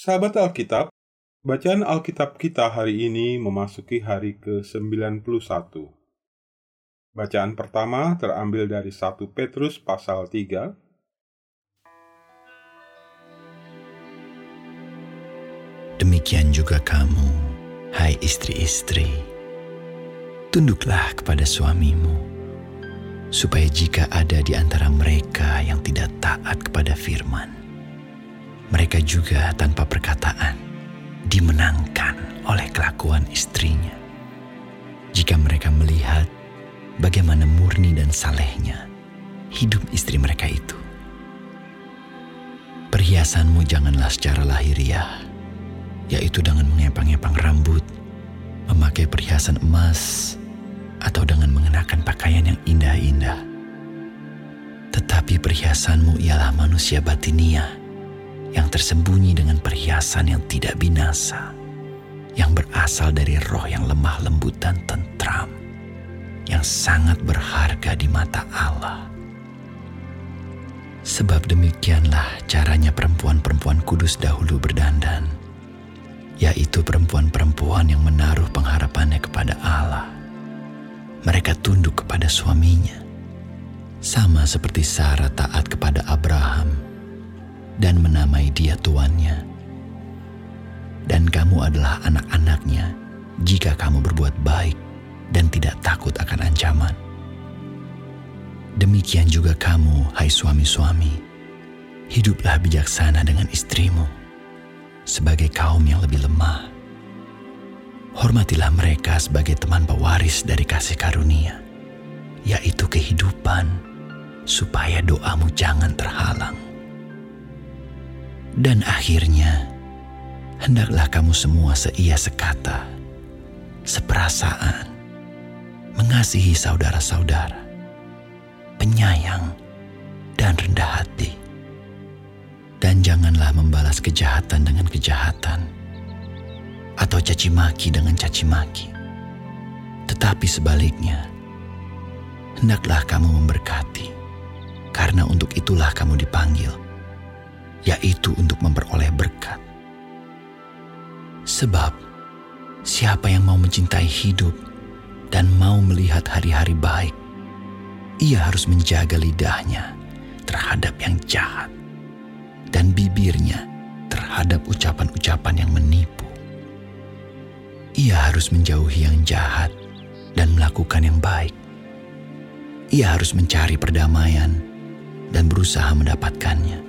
Sahabat Alkitab, bacaan Alkitab kita hari ini memasuki hari ke-91. Bacaan pertama terambil dari 1 Petrus pasal 3. Demikian juga kamu, hai istri-istri, tunduklah kepada suamimu, supaya jika ada di antara mereka yang tidak taat kepada firman, mereka juga tanpa perkataan dimenangkan oleh kelakuan istrinya. Jika mereka melihat bagaimana murni dan salehnya hidup istri mereka itu. Perhiasanmu janganlah secara lahiriah, yaitu dengan mengepang-epang rambut, memakai perhiasan emas, atau dengan mengenakan pakaian yang indah-indah. Tetapi perhiasanmu ialah manusia batiniah, yang tersembunyi dengan perhiasan yang tidak binasa, yang berasal dari roh yang lemah lembut dan tentram, yang sangat berharga di mata Allah. Sebab demikianlah caranya perempuan-perempuan kudus dahulu berdandan, yaitu perempuan-perempuan yang menaruh pengharapannya kepada Allah. Mereka tunduk kepada suaminya, sama seperti Sarah taat kepada Abraham dan menamai dia tuannya. Dan kamu adalah anak-anaknya jika kamu berbuat baik dan tidak takut akan ancaman. Demikian juga kamu, hai suami-suami, hiduplah bijaksana dengan istrimu, sebagai kaum yang lebih lemah. Hormatilah mereka sebagai teman pewaris dari kasih karunia, yaitu kehidupan, supaya doamu jangan terhalang. Dan akhirnya, hendaklah kamu semua seia sekata, seperasaan, mengasihi saudara-saudara, penyayang, dan rendah hati. Dan janganlah membalas kejahatan dengan kejahatan, atau caci maki dengan caci maki. Tetapi sebaliknya, hendaklah kamu memberkati, karena untuk itulah kamu dipanggil, yaitu untuk memperoleh berkat. Sebab siapa yang mau mencintai hidup dan mau melihat hari-hari baik, ia harus menjaga lidahnya terhadap yang jahat dan bibirnya terhadap ucapan-ucapan yang menipu. Ia harus menjauhi yang jahat dan melakukan yang baik. Ia harus mencari perdamaian dan berusaha mendapatkannya.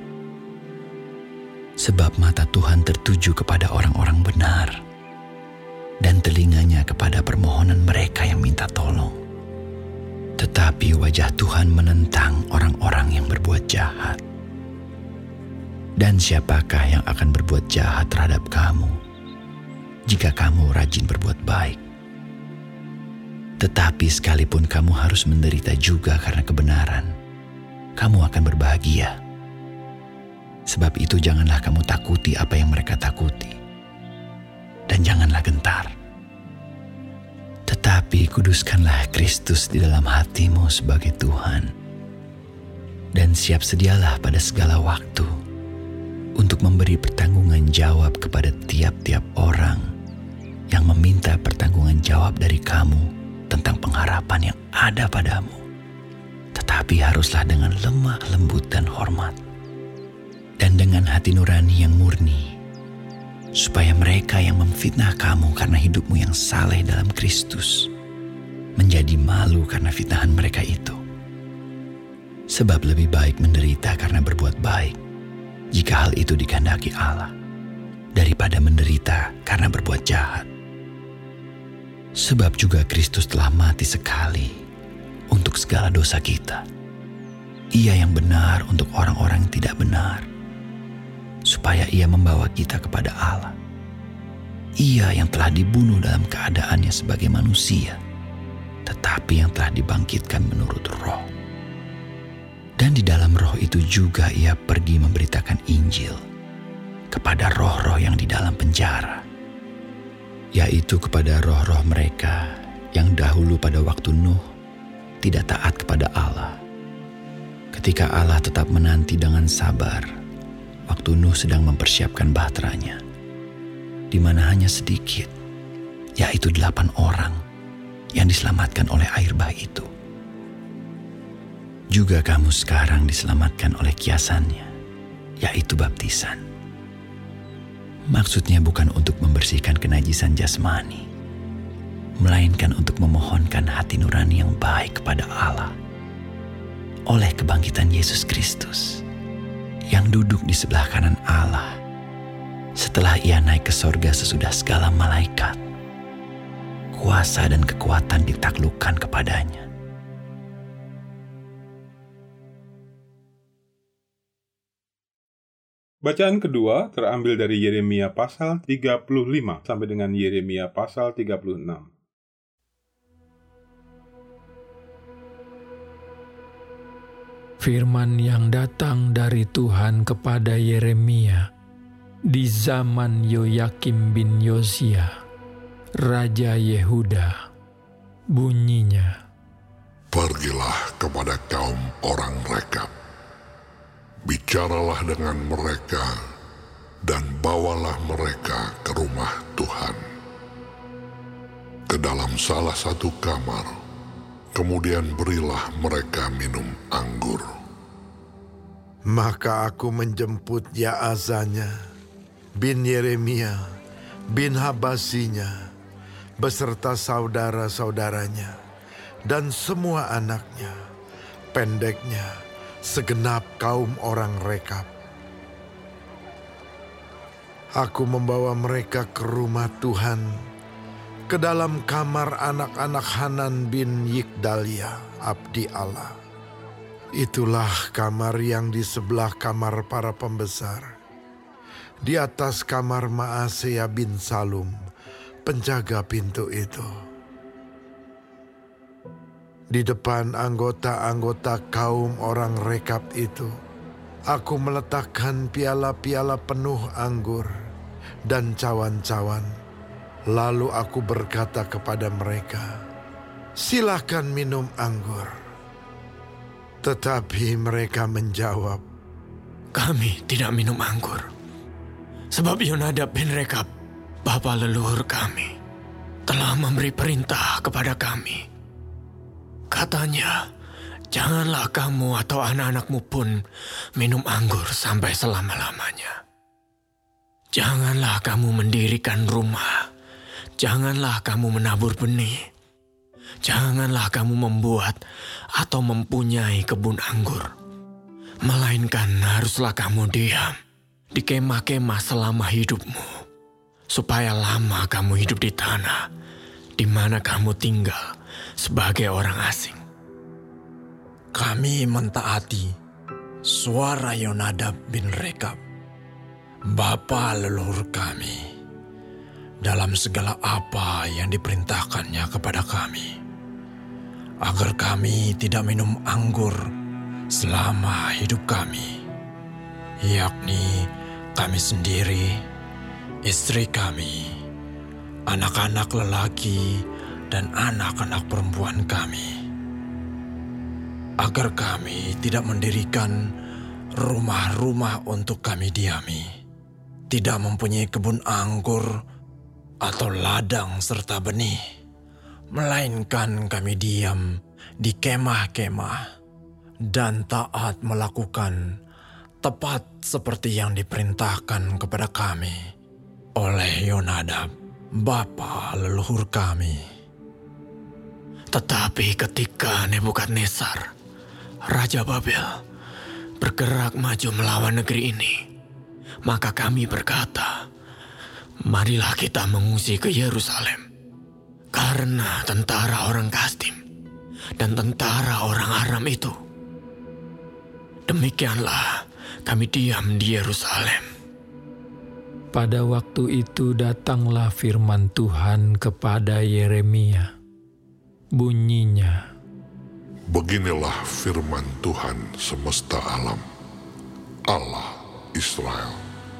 Sebab mata Tuhan tertuju kepada orang-orang benar, dan telinganya kepada permohonan mereka yang minta tolong. Tetapi wajah Tuhan menentang orang-orang yang berbuat jahat. Dan siapakah yang akan berbuat jahat terhadap kamu, jika kamu rajin berbuat baik? Tetapi sekalipun kamu harus menderita juga karena kebenaran, kamu akan berbahagia. Sebab itu janganlah kamu takuti apa yang mereka takuti, dan janganlah gentar. Tetapi kuduskanlah Kristus di dalam hatimu sebagai Tuhan, dan siap sedialah pada segala waktu untuk memberi pertanggungan jawab kepada tiap-tiap orang yang meminta pertanggungan jawab dari kamu tentang pengharapan yang ada padamu. Tetapi haruslah dengan lemah lembut dan hormat, dan dengan hati nurani yang murni, supaya mereka yang memfitnah kamu karena hidupmu yang saleh dalam Kristus menjadi malu karena fitnahan mereka itu. Sebab lebih baik menderita karena berbuat baik, jika hal itu dikehendaki Allah, daripada menderita karena berbuat jahat. Sebab juga Kristus telah mati sekali untuk segala dosa kita. Ia yang benar untuk orang-orang yang tidak benar, supaya ia membawa kita kepada Allah. Ia yang telah dibunuh dalam keadaannya sebagai manusia, tetapi yang telah dibangkitkan menurut roh. Dan di dalam roh itu juga ia pergi memberitakan Injil kepada roh-roh yang di dalam penjara, yaitu kepada roh-roh mereka yang dahulu pada waktu Nuh tidak taat kepada Allah, ketika Allah tetap menanti dengan sabar waktu Nuh sedang mempersiapkan bahteranya. di mana hanya sedikit, yaitu 8 orang yang diselamatkan oleh air bah itu. Juga kamu sekarang diselamatkan oleh kiasannya, yaitu baptisan. Maksudnya bukan untuk membersihkan kenajisan jasmani, melainkan untuk memohonkan hati nurani yang baik kepada Allah oleh kebangkitan Yesus Kristus yang duduk di sebelah kanan Allah setelah ia naik ke sorga sesudah segala malaikat, kuasa dan kekuatan ditaklukkan kepadanya. Bacaan kedua terambil dari Yeremia pasal 35 sampai dengan Yeremia pasal 36. Firman yang datang dari Tuhan kepada Yeremia di zaman Yoyakim bin Yosia, Raja Yehuda, bunyinya: Pergilah kepada kaum orang Rekab, bicaralah dengan mereka dan bawalah mereka ke rumah Tuhan, ke dalam salah satu kamar, kemudian berilah mereka minum anggur. Maka aku menjemput Yaazanya bin Yeremia bin Habasinya beserta saudara-saudaranya dan semua anaknya, pendeknya, segenap kaum orang Rekab. Aku membawa mereka ke rumah Tuhan, ke dalam kamar anak-anak Hanan bin Yigdalia, abdi Allah. Itulah kamar yang di sebelah kamar para pembesar, di atas kamar Maaseya bin Salum, penjaga pintu itu. Di depan anggota-anggota kaum orang Rekab itu, aku meletakkan piala-piala penuh anggur dan cawan-cawan. Lalu aku berkata kepada mereka, "Silakan minum anggur." Tetapi mereka menjawab, "Kami tidak minum anggur, sebab Yonadab bin Rekab, bapa leluhur kami, telah memberi perintah kepada kami. Katanya, janganlah kamu atau anak-anakmu pun minum anggur sampai selama-lamanya. Janganlah kamu mendirikan rumah, janganlah kamu menabur benih, janganlah kamu membuat atau mempunyai kebun anggur, melainkan haruslah kamu diam di kemah-kemah selama hidupmu, supaya lama kamu hidup di tanah di mana kamu tinggal sebagai orang asing." Kami mentaati suara Yonadab bin Rekab, bapa leluhur kami, dalam segala apa yang diperintahkannya kepada kami, agar kami tidak minum anggur selama hidup kami, yakni kami sendiri, istri kami, anak-anak lelaki, dan anak-anak perempuan kami, agar kami tidak mendirikan rumah-rumah untuk kami diami, tidak mempunyai kebun anggur atau ladang serta benih, melainkan kami diam di kemah-kemah dan taat melakukan tepat seperti yang diperintahkan kepada kami oleh Yonadab, bapa leluhur kami. Tetapi ketika Nebukadnezar, Raja Babel, bergerak maju melawan negeri ini, maka kami berkata, "Marilah kita mengungsi ke Yerusalem, karena tentara orang Kasdim dan tentara orang Aram itu." Demikianlah kami diam di Yerusalem. Pada waktu itu datanglah firman Tuhan kepada Yeremia. Bunyinya, Beginilah firman Tuhan semesta alam, Allah Israel.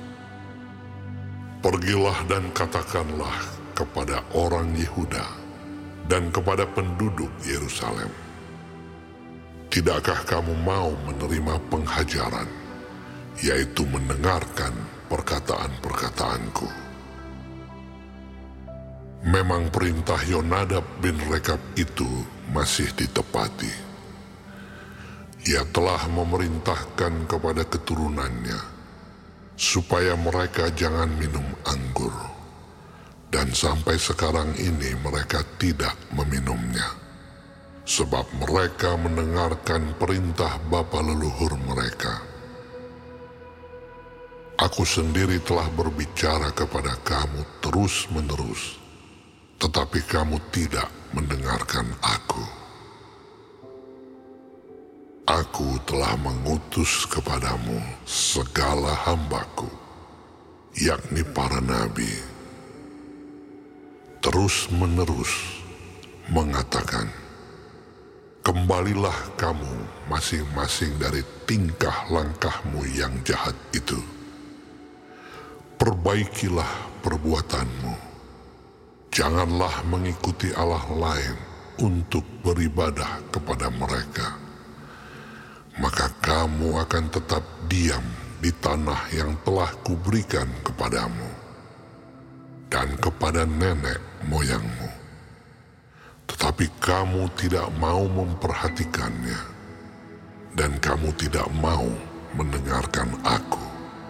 Pergilah dan katakanlah kepada orang Yehuda dan kepada penduduk Yerusalem, tidakkah kamu mau menerima penghajaran, yaitu mendengarkan perkataan-perkataanku? Memang perintah Yonadab bin Rekab itu masih ditepati. Ia telah memerintahkan kepada keturunannya supaya mereka jangan minum anggur, dan sampai sekarang ini mereka tidak meminumnya, sebab mereka mendengarkan perintah bapa leluhur mereka. Aku sendiri telah berbicara kepada kamu terus-menerus, tetapi kamu tidak mendengarkan aku. Aku telah mengutus kepadamu segala hambaku, yakni para nabi, terus-menerus mengatakan, kembalilah kamu masing-masing dari tingkah langkahmu yang jahat itu. Perbaikilah perbuatanmu. Janganlah mengikuti Allah lain untuk beribadah kepada mereka. Maka kamu akan tetap diam di tanah yang telah kuberikan kepadamu dan kepada nenek moyangmu. Tetapi kamu tidak mau memperhatikannya, dan kamu tidak mau mendengarkan aku.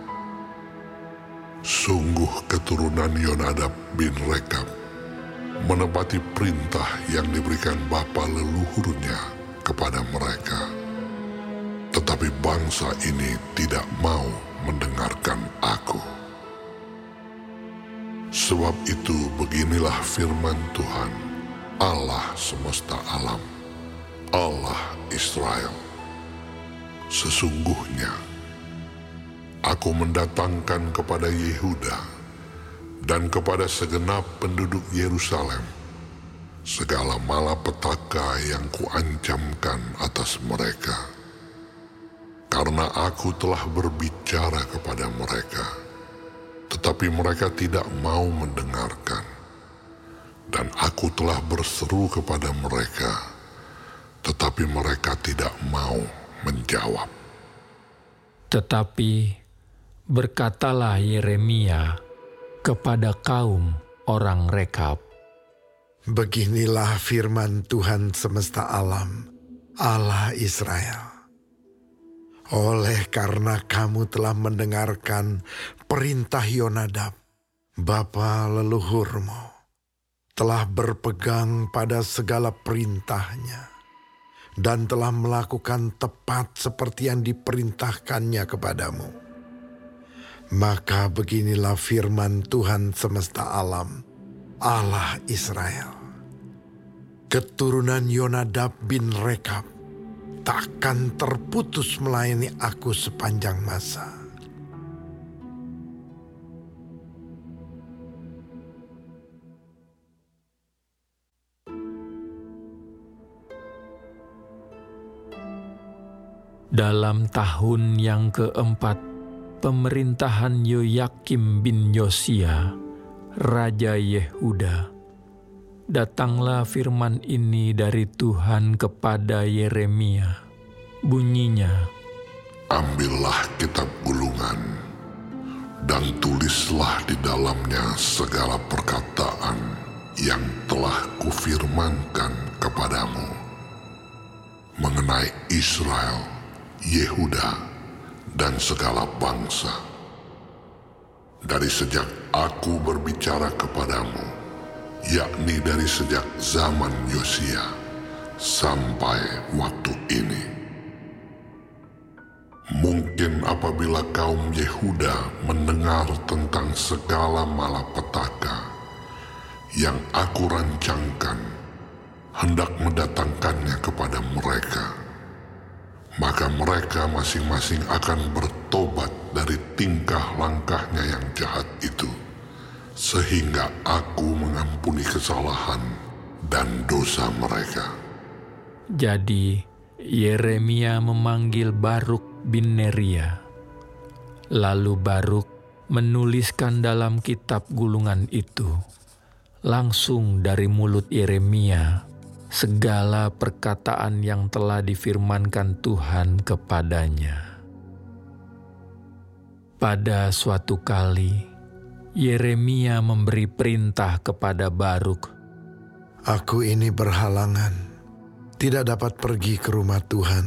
Sungguh keturunan Yonadab bin Rekab menepati perintah yang diberikan bapa leluhurnya kepada mereka. Tetapi bangsa ini tidak mau mendengarkan aku. Sebab itu beginilah firman Tuhan, Allah semesta alam, Allah Israel. Sesungguhnya aku mendatangkan kepada Yehuda dan kepada segenap penduduk Yerusalem segala malapetaka yang kuancamkan atas mereka. Karena aku telah berbicara kepada mereka, tetapi mereka tidak mau mendengarkan. Dan aku telah berseru kepada mereka, tetapi mereka tidak mau menjawab. Tetapi berkatalah Yeremia kepada kaum orang Rekab, beginilah firman Tuhan semesta alam, Allah Israel. Oleh karena kamu telah mendengarkan perintah Yonadab, bapa leluhurmu, telah berpegang pada segala perintahnya, dan telah melakukan tepat seperti yang diperintahkannya kepadamu. Maka beginilah firman Tuhan semesta alam, Allah Israel. Keturunan Yonadab bin Rekab takkan terputus melayani aku sepanjang masa. dalam tahun yang keempat pemerintahan Yoyakim bin Yosia, Raja Yehuda, datanglah firman ini dari Tuhan kepada Yeremia. Bunyinya, ambillah kitab gulungan dan tulislah di dalamnya segala perkataan yang telah kufirmankan kepadamu mengenai Israel, Yehuda, dan segala bangsa. Dari sejak aku berbicara kepadamu, yakni dari sejak zaman Yosia sampai waktu ini. Mungkin apabila kaum Yehuda mendengar tentang segala malapetaka yang aku rancangkan, hendak mendatangkannya kepada mereka, maka mereka masing-masing akan bertobat dari tingkah langkahnya yang jahat itu, sehingga aku mengampuni kesalahan dan dosa mereka. Jadi Yeremia memanggil Baruk bin Neria. Lalu Baruk menuliskan dalam kitab gulungan itu, langsung dari mulut Yeremia, segala perkataan yang telah difirmankan Tuhan kepadanya. Pada suatu kali, Yeremia memberi perintah kepada Baruk. Aku ini berhalangan, tidak dapat pergi ke rumah Tuhan.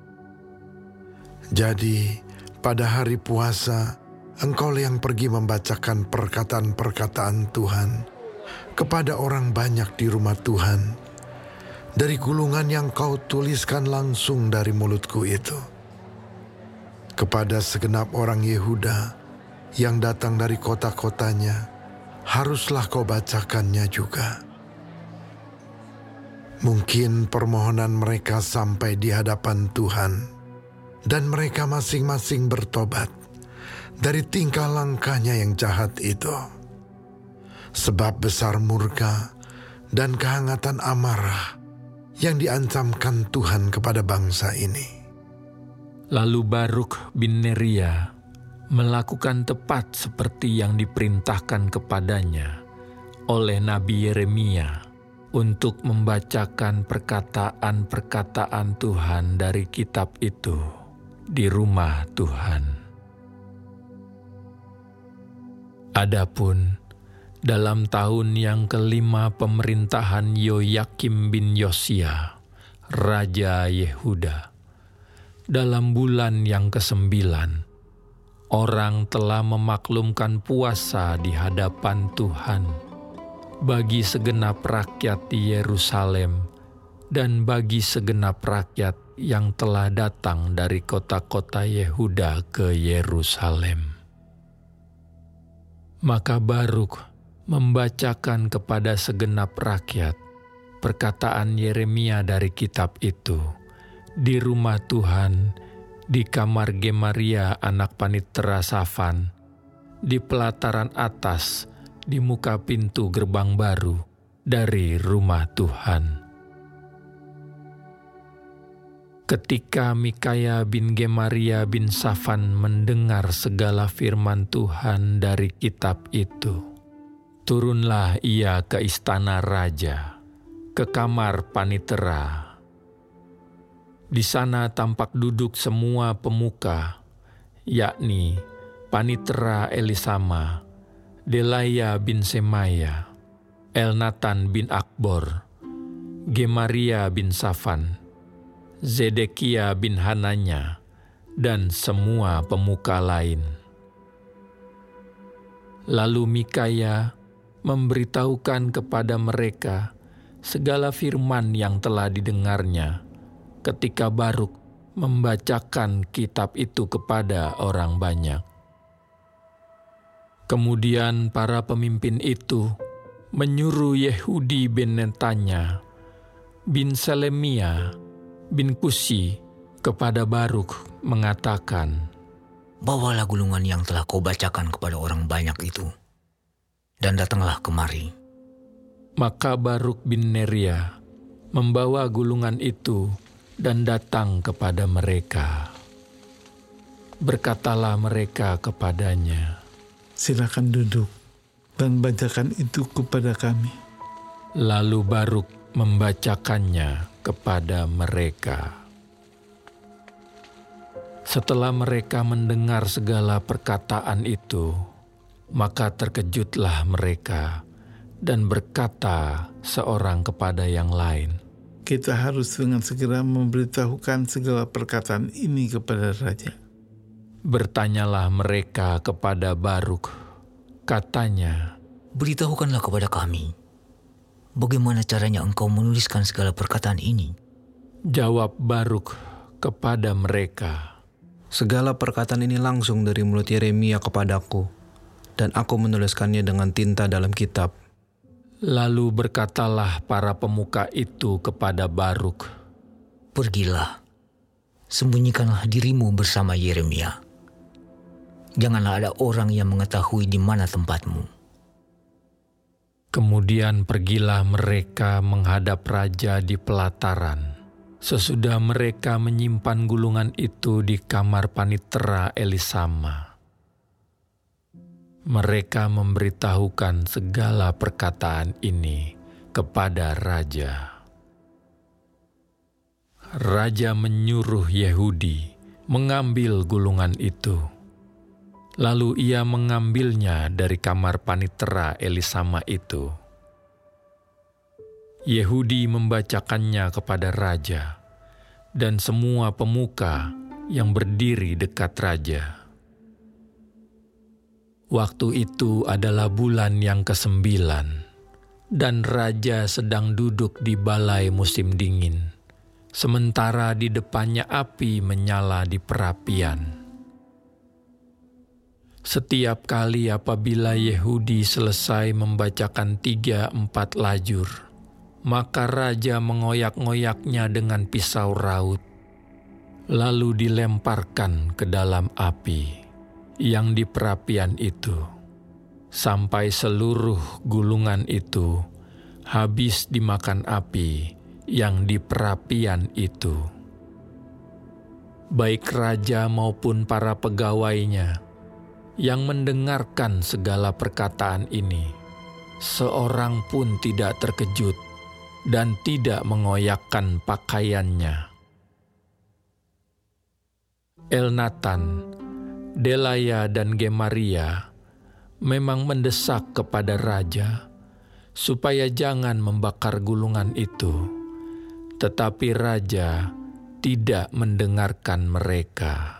Jadi, pada hari puasa, engkau yang pergi membacakan perkataan-perkataan Tuhan kepada orang banyak di rumah Tuhan, dari gulungan yang kau tuliskan langsung dari mulutku itu. Kepada segenap orang Yehuda yang datang dari kota-kotanya, haruslah kau bacakannya juga. Mungkin permohonan mereka sampai di hadapan Tuhan, dan mereka masing-masing bertobat dari tingkah langkahnya yang jahat itu. Sebab besar murka dan kehangatan amarah yang diancamkan Tuhan kepada bangsa ini. Lalu Baruk bin Neria melakukan tepat seperti yang diperintahkan kepadanya oleh Nabi Yeremia untuk membacakan perkataan-perkataan Tuhan dari kitab itu di rumah Tuhan. Adapun dalam tahun yang kelima pemerintahan Yoyakim bin Yosia, Raja Yehuda, dalam bulan yang ke-9, orang telah memaklumkan puasa di hadapan Tuhan bagi segenap rakyat di Yerusalem dan bagi segenap rakyat yang telah datang dari kota-kota Yehuda ke Yerusalem. Maka Baruk membacakan kepada segenap rakyat perkataan Yeremia dari kitab itu di rumah Tuhan, di kamar Gemaria anak Panitera Safan, di pelataran atas, di muka pintu gerbang baru dari rumah Tuhan. Ketika Mikaya bin Gemaria bin Safan mendengar segala firman Tuhan dari kitab itu, turunlah ia ke istana raja, ke kamar Panitera. Di sana tampak duduk semua pemuka, yakni Panitera Elisama, Delaya bin Semaya, Elnatan bin Akbor, Gemaria bin Safan, Zedekia bin Hananya, dan semua pemuka lain. Lalu Mikaya memberitahukan kepada mereka segala firman yang telah didengarnya ketika Baruk membacakan kitab itu kepada orang banyak. Kemudian para pemimpin itu menyuruh Yehudi bin Netanya, bin Selemia, bin Kusi kepada Baruk mengatakan, "Bawalah gulungan yang telah kau bacakan kepada orang banyak itu, dan datanglah kemari." Maka Baruk bin Neria membawa gulungan itu dan datang kepada mereka. Berkatalah mereka kepadanya, "Silakan duduk dan bacakan itu kepada kami." Lalu Baruk membacakannya kepada mereka. Setelah mereka mendengar segala perkataan itu, maka terkejutlah mereka dan berkata seorang kepada yang lain, "Kita harus dengan segera memberitahukan segala perkataan ini kepada raja." Bertanyalah mereka kepada Baruk, katanya, "Beritahukanlah kepada kami, bagaimana caranya engkau menuliskan segala perkataan ini?" Jawab Baruk kepada mereka, "Segala perkataan ini langsung dari mulut Yeremia kepadaku, dan aku menuliskannya dengan tinta dalam kitab." Lalu berkatalah para pemuka itu kepada Baruk, "Pergilah, sembunyikanlah dirimu bersama Yeremia. Janganlah ada orang yang mengetahui di mana tempatmu." Kemudian pergilah mereka menghadap raja di pelataran. Sesudah mereka menyimpan gulungan itu di kamar Panitera Elisama, mereka memberitahukan segala perkataan ini kepada raja. Raja menyuruh Yehudi mengambil gulungan itu. Lalu ia mengambilnya dari kamar panitera Elisama itu. Yehudi membacakannya kepada raja dan semua pemuka yang berdiri dekat raja. Waktu itu adalah bulan yang ke-9, dan raja sedang duduk di balai musim dingin, sementara di depannya api menyala di perapian. Setiap kali apabila Yehudi selesai membacakan 3-4 lajur, maka raja mengoyak-ngoyaknya dengan pisau raut, lalu dilemparkan ke dalam api yang di perapian itu, sampai seluruh gulungan itu habis dimakan api yang di perapian itu. Baik raja maupun para pegawainya yang mendengarkan segala perkataan ini, seorang pun tidak terkejut dan tidak mengoyakkan pakaiannya. Elnatan, Delaya dan Gemaria memang mendesak kepada raja supaya jangan membakar gulungan itu, tetapi raja tidak mendengarkan mereka.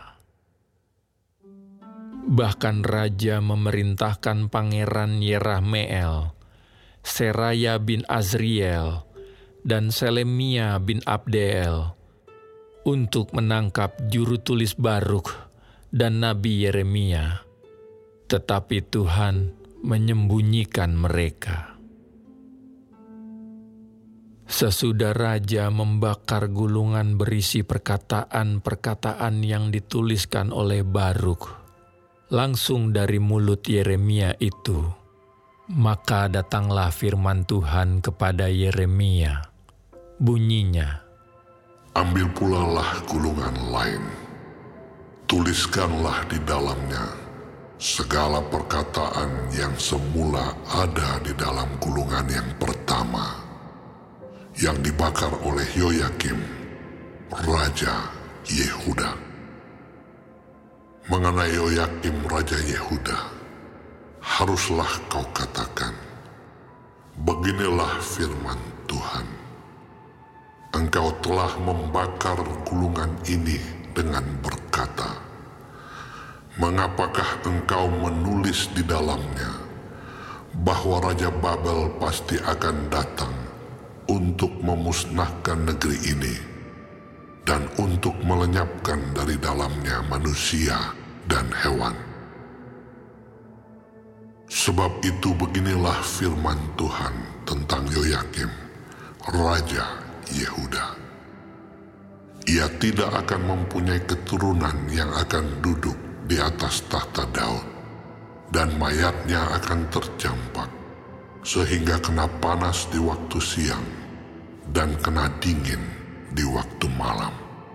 Bahkan raja memerintahkan Pangeran Yerahmeel, Seraya bin Azriel, dan Selemia bin Abdeel untuk menangkap juru tulis Baruk dan Nabi Yeremia, tetapi Tuhan menyembunyikan mereka. Sesudah raja membakar gulungan berisi perkataan-perkataan yang dituliskan oleh Baruk langsung dari mulut Yeremia itu, maka datanglah firman Tuhan kepada Yeremia. Bunyinya, "Ambil pula lah gulungan lain, tuliskanlah di dalamnya segala perkataan yang semula ada di dalam gulungan yang pertama, yang dibakar oleh Yoyakim, Raja Yehuda. Mengenai Yoyakim Raja Yehuda, haruslah kau katakan, beginilah firman Tuhan. Engkau telah membakar gulungan ini dengan berkata, mengapakah engkau menulis di dalamnya bahwa Raja Babel pasti akan datang untuk memusnahkan negeri ini dan untuk melenyapkan dari dalamnya manusia dan hewan. Sebab itu beginilah firman Tuhan tentang Yoyakim, Raja Yehuda. Ia tidak akan mempunyai keturunan yang akan duduk di atas tahta Daud, dan mayatnya akan tercampak, sehingga kena panas di waktu siang dan kena dingin di waktu malam.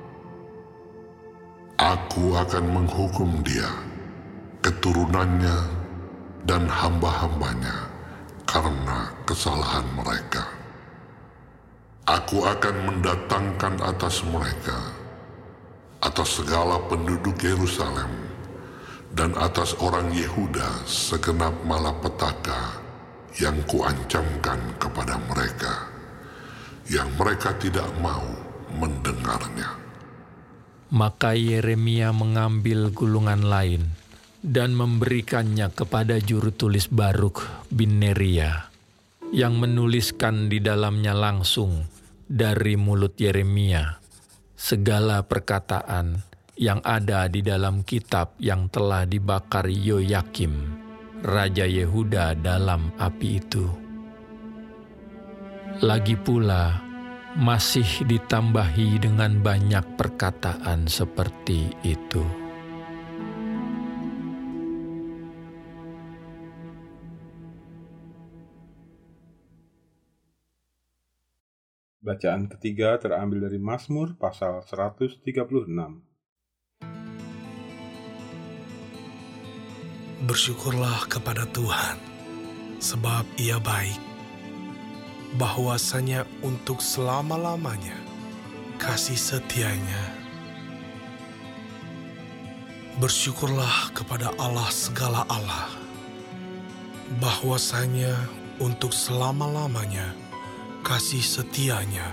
Aku akan menghukum dia, keturunannya, dan hamba-hambanya karena kesalahan mereka. Aku akan mendatangkan atas mereka, atas segala penduduk Yerusalem, dan atas orang Yehuda segenap malapetaka yang kuancamkan kepada mereka, yang mereka tidak mau mendengarnya." Maka Yeremia mengambil gulungan lain dan memberikannya kepada juru tulis Baruk bin Neria, yang menuliskan di dalamnya langsung dari mulut Yeremia segala perkataan yang ada di dalam kitab yang telah dibakar Yoyakim, Raja Yehuda dalam api itu. Lagi pula, masih ditambahi dengan banyak perkataan seperti itu. Bacaan ketiga terambil dari Mazmur pasal 136. Bersyukurlah kepada Tuhan, sebab Ia baik. Bahwasanya untuk selama-lamanya kasih setianya. Bersyukurlah kepada Allah segala Allah, bahwasanya untuk selama-lamanya kasih setianya.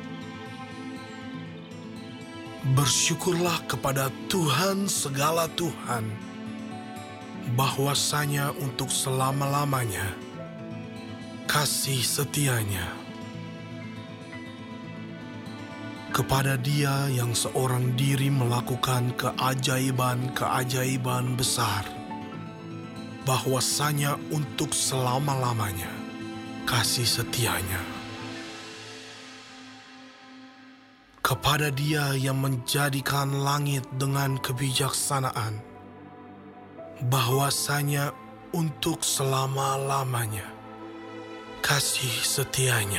Bersyukurlah kepada Tuhan segala Tuhan, bahwasanya untuk selama-lamanya kasih setianya. Kepada Dia yang seorang diri melakukan keajaiban-keajaiban besar, bahwasanya untuk selama-lamanya kasih setianya. Kepada Dia yang menjadikan langit dengan kebijaksanaan, bahwasanya untuk selama-lamanya kasih setianya.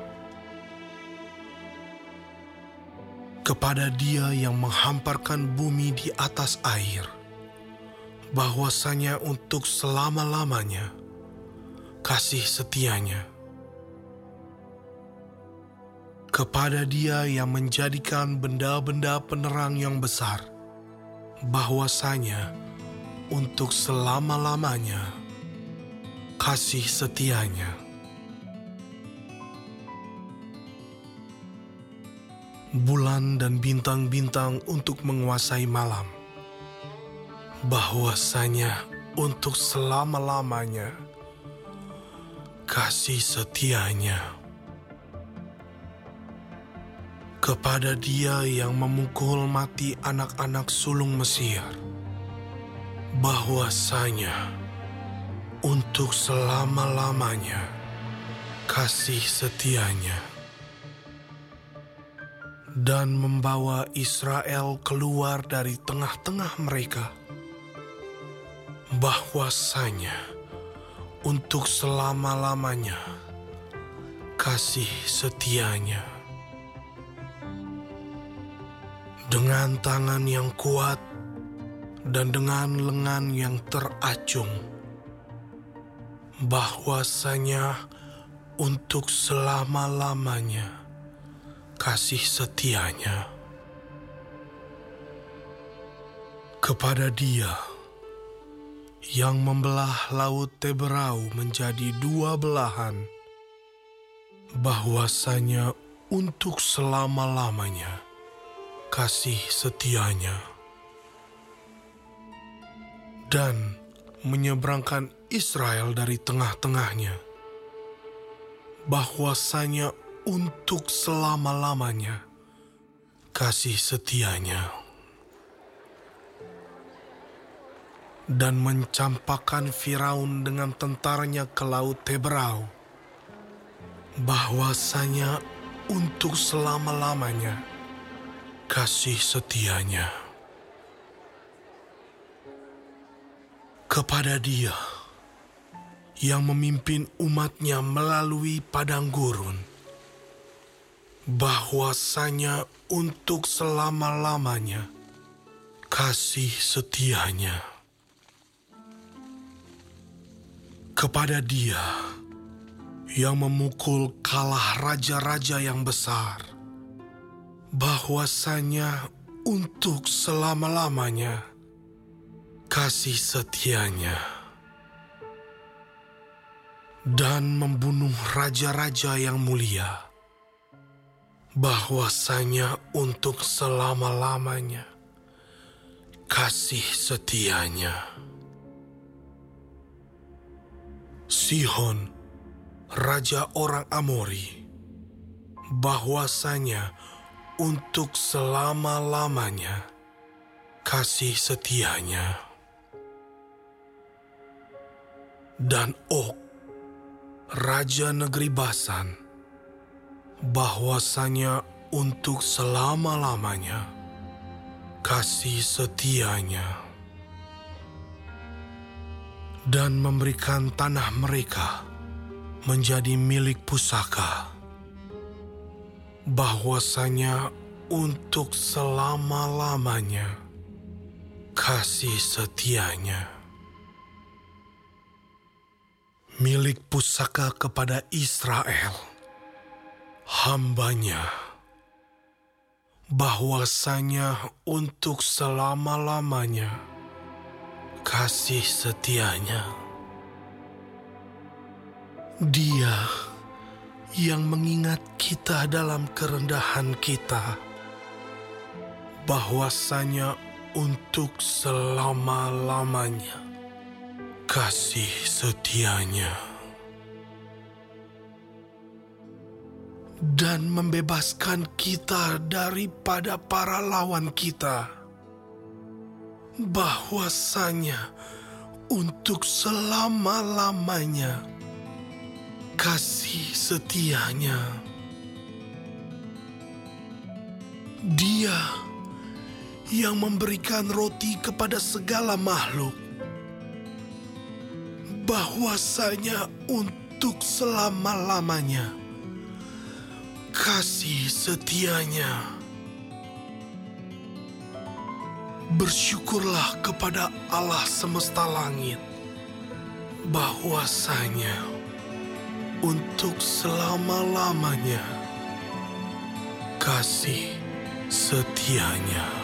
Kepada Dia yang menghamparkan bumi di atas air, bahwasanya untuk selama-lamanya kasih setianya. Kepada Dia yang menjadikan benda-benda penerang yang besar, bahwasanya untuk selama-lamanya kasih setianya. Bulan dan bintang-bintang untuk menguasai malam, bahwasanya untuk selama-lamanya kasih setianya. Kepada Dia yang memukul mati anak-anak sulung Mesir, bahwasanya untuk selama-lamanya kasih setianya. Dan membawa Israel keluar dari tengah-tengah mereka, bahwasanya untuk selama-lamanya kasih setianya. Dengan tangan yang kuat dan dengan lengan yang teracung, bahwasanya untuk selama-lamanya kasih setianya. Kepada Dia yang membelah laut Teberau menjadi dua belahan, bahwasanya untuk selama-lamanya kasih setianya. Dan menyeberangkan Israel dari tengah-tengahnya, bahwasanya untuk selama-lamanya kasih setianya. Dan mencampakkan Firaun dengan tentaranya ke laut Teberau, bahwasanya untuk selama-lamanya kasih setianya. Kepada Dia yang memimpin umat-Nya melalui padang gurun, bahwasanya untuk selama-lamanya kasih setianya. Kepada Dia yang memukul kalah raja-raja yang besar, bahwasanya untuk selama-lamanya kasih setianya. Dan membunuh raja-raja yang mulia, bahwasanya untuk selama-lamanya kasih setianya. Sihon, raja orang Amori, bahwasanya untuk selama-lamanya kasih setianya. Dan Og, raja negeri Basan, bahwasanya untuk selama-lamanya kasih setianya. Dan memberikan tanah mereka menjadi milik pusaka, bahwasanya untuk selama-lamanya kasih setianya. Milik pusaka kepada Israel, hamba-Nya, bahwasanya untuk selama-lamanya kasih setianya. Dia yang mengingat kita dalam kerendahan kita, bahwasanya untuk selama-lamanya kasih setianya, dan membebaskan kita daripada para lawan kita, bahwasanya untuk selama-lamanya kasih setianya. Dia yang memberikan roti kepada segala makhluk, bahwasanya untuk selama-lamanya kasih setianya. Bersyukurlah kepada Allah semesta langit, bahwasanya untuk selama-lamanya kasih setianya.